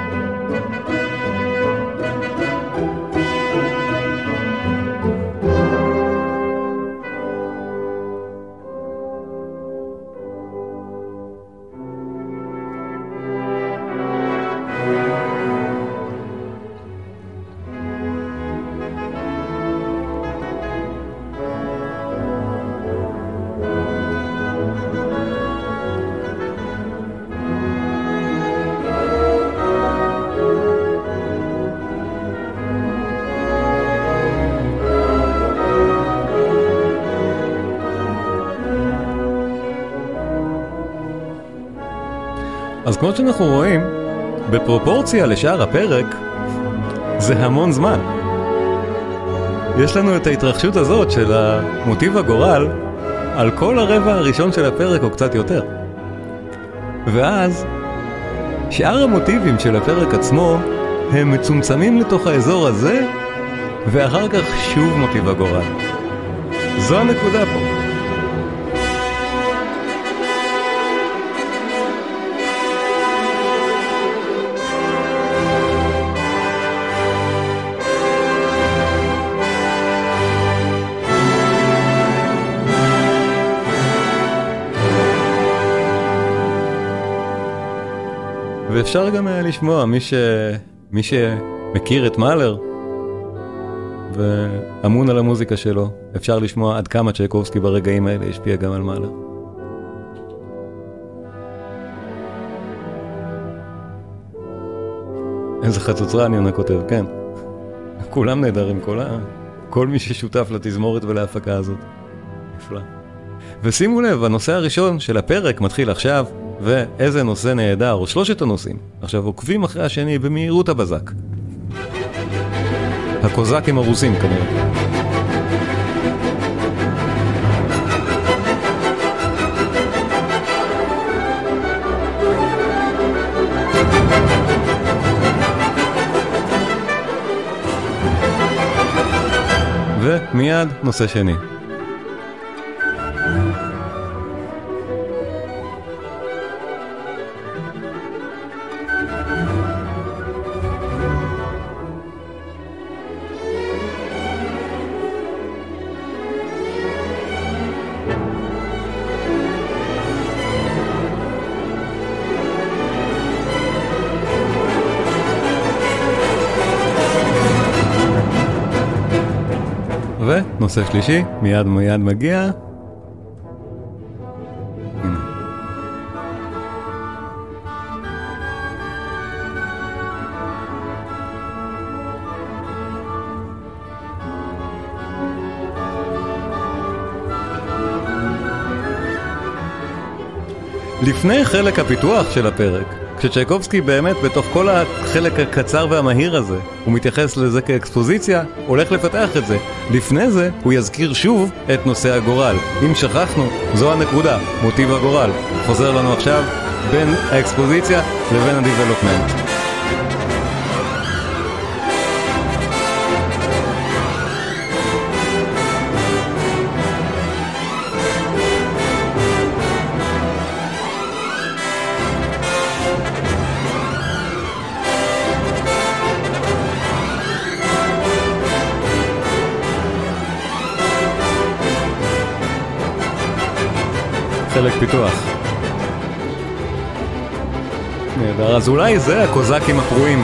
אז כמו שאנחנו רואים, בפרופורציה לשאר הפרק, זה המון זמן. יש לנו את ההתרחשות הזאת של המוטיב הגורל על כל הרבע הראשון של הפרק או קצת יותר. ואז, שאר המוטיבים של הפרק עצמו הם מצומצמים לתוך האזור הזה, ואחר כך שוב מוטיב הגורל. זו הנקודה פה. ואפשר גם לשמוע, מי שמכיר את מאלר ואמון על המוזיקה שלו, אפשר לשמוע עד כמה צ'ייקובסקי ברגעים האלה השפיע גם על מאלר. איזה חצוצרה אני עונה כותב, כן. כולם נהדרים, כל מי ששותף לתזמורת ולהפקה הזאת. נפלא. ושימו לב, הנושא הראשון של הפרק מתחיל עכשיו, ואיזה נושא נהדר, או שלושת הנושאים. עכשיו עוקבים אחרי השני במהירות הבזק. הקוזקים הרוסים כנראה. ומיד נושא שני. ונושא שלישי, מיד מגיע. הנה. לפני חלק הפיתוח של הפרק, כשצ'ייקובסקי באמת בתוך כל החלק הקצר והמהיר הזה, הוא מתייחס לזה כאקספוזיציה, הולך לפתח את זה. לפני זה הוא יזכיר שוב את נושא הגורל. אם שכחנו, זו הנקודה, מוטיב הגורל. חוזר לנו עכשיו בין האקספוזיציה לבין הדיבלופמנט. חלק פיתוח. נהדר, אז אולי זה הקוזקים הפרועים.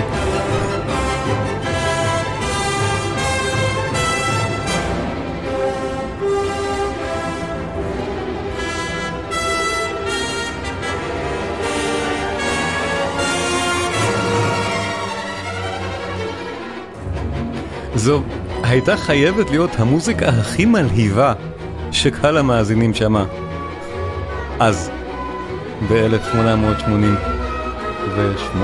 זו הייתה חייבת להיות המוזיקה הכי מלהיבה שקהל המאזינים שמע. אז, ב-1888.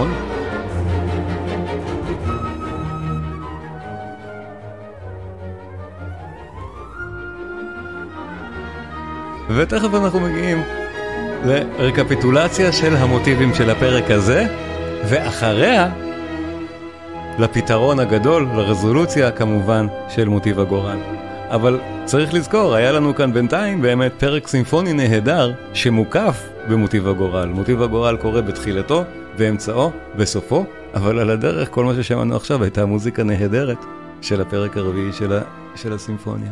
ותכף אנחנו מגיעים לרקפיטולציה של המוטיבים של הפרק הזה, ואחריה לפתרון הגדול, לרזולוציה כמובן של מוטיב הגורל. אבל צריך לזכור, היה לנו כאן בינתיים באמת פרק סימפוני נהדר שמוקף במוטיב הגורל. מוטיב הגורל קורה בתחילתו, באמצעו, בסופו, אבל על הדרך כל מה ששמענו עכשיו הייתה מוזיקה נהדרת של הפרק הרביעי של הסימפוניה.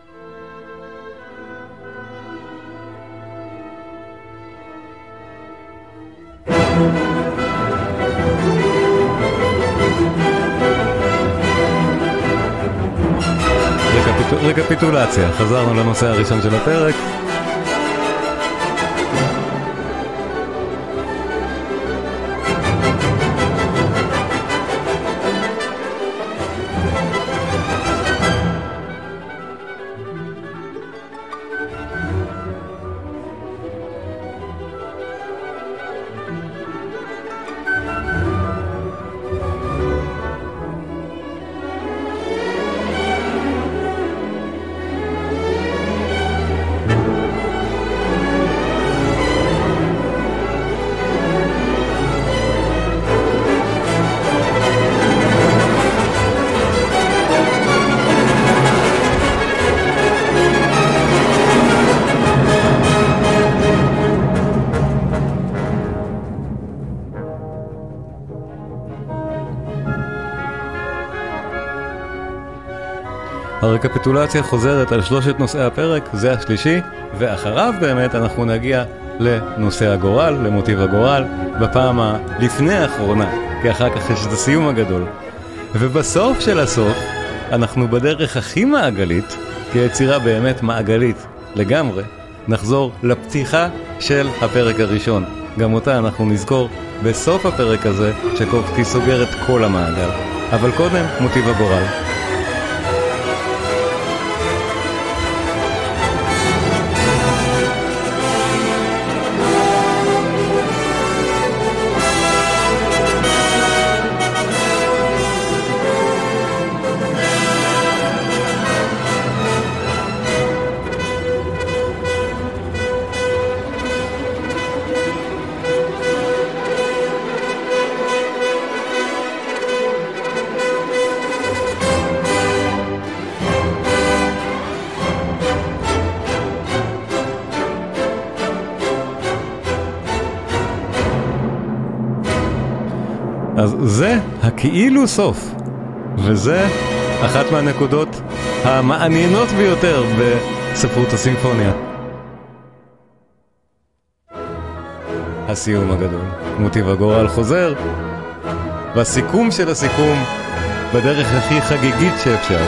רקפיטולציה, חזרנו לנושא הראשון של הפרק. הרקפיטולציה חוזרת על שלושת נושאי הפרק, זה השלישי, ואחריו באמת אנחנו נגיע לנושא הגורל, למוטיב הגורל, בפעם הלפני האחרונה, כי אחר כך יש את הסיום הגדול. ובסוף של הסוף, אנחנו בדרך הכי מעגלית, כי היצירה באמת מעגלית לגמרי, נחזור לפתיחה של הפרק הראשון. גם אותה אנחנו נזכור בסוף הפרק הזה, צ'ייקובסקי סוגר את כל המעגל. אבל קודם, מוטיב הגורל. אז זה הכאילו סוף, וזה אחת מהנקודות המעניינות ביותר בספרות הסימפוניה. הסיום הגדול, מוטיב הגורל חוזר, והסיכום של הסיכום בדרך הכי חגיגית שאפשר.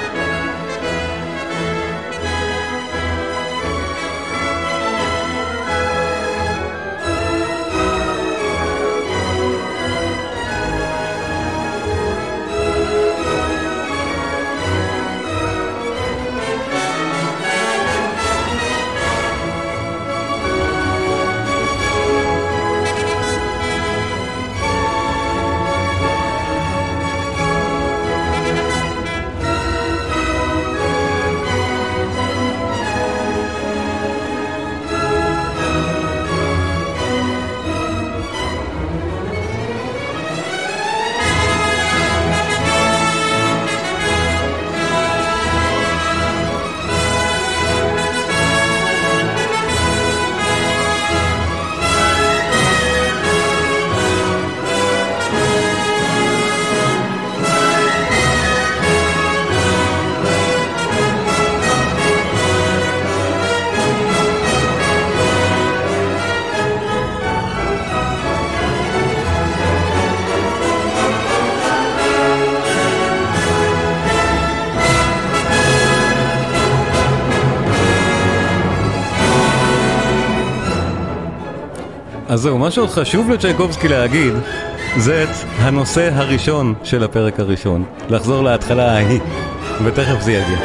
אז זהו, מה שעוד חשוב לצ'ייקובסקי להגיד, זה את הנושא הראשון של הפרק הראשון. לחזור להתחלה ההיא, ותכף זה יגיע.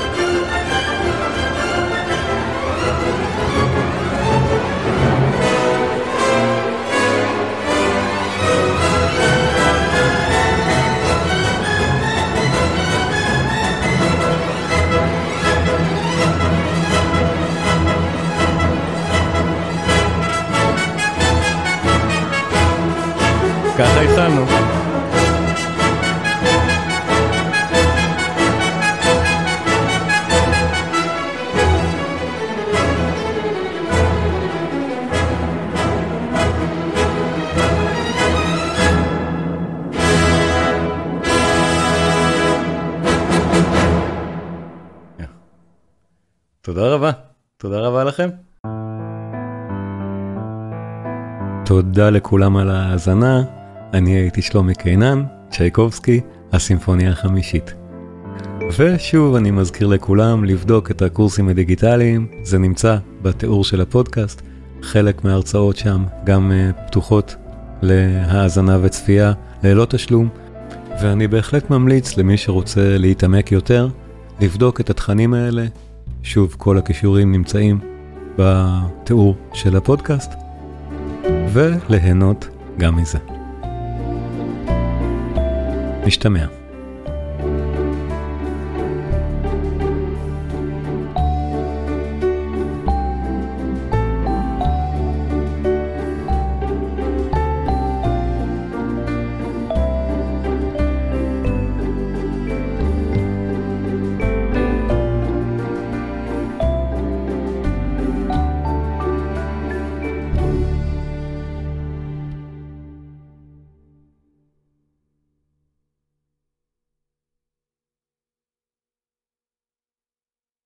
ככה התחלנו. תודה רבה. תודה רבה לכם. תודה לכולם על ההאזנה. אני הייתי שלומי קינן, צ'ייקובסקי, הסימפוניה החמישית. ושוב אני מזכיר לכולם לבדוק את הקורסים הדיגיטליים, זה נמצא בתיאור של הפודקאסט, חלק מההרצאות שם גם פתוחות להאזנה וצפייה ללא תשלום, ואני בהחלט ממליץ למי שרוצה להתעמק יותר, לבדוק את התכנים האלה, שוב כל הכישורים נמצאים בתיאור של הפודקאסט, וליהנות גם מזה. משתמע.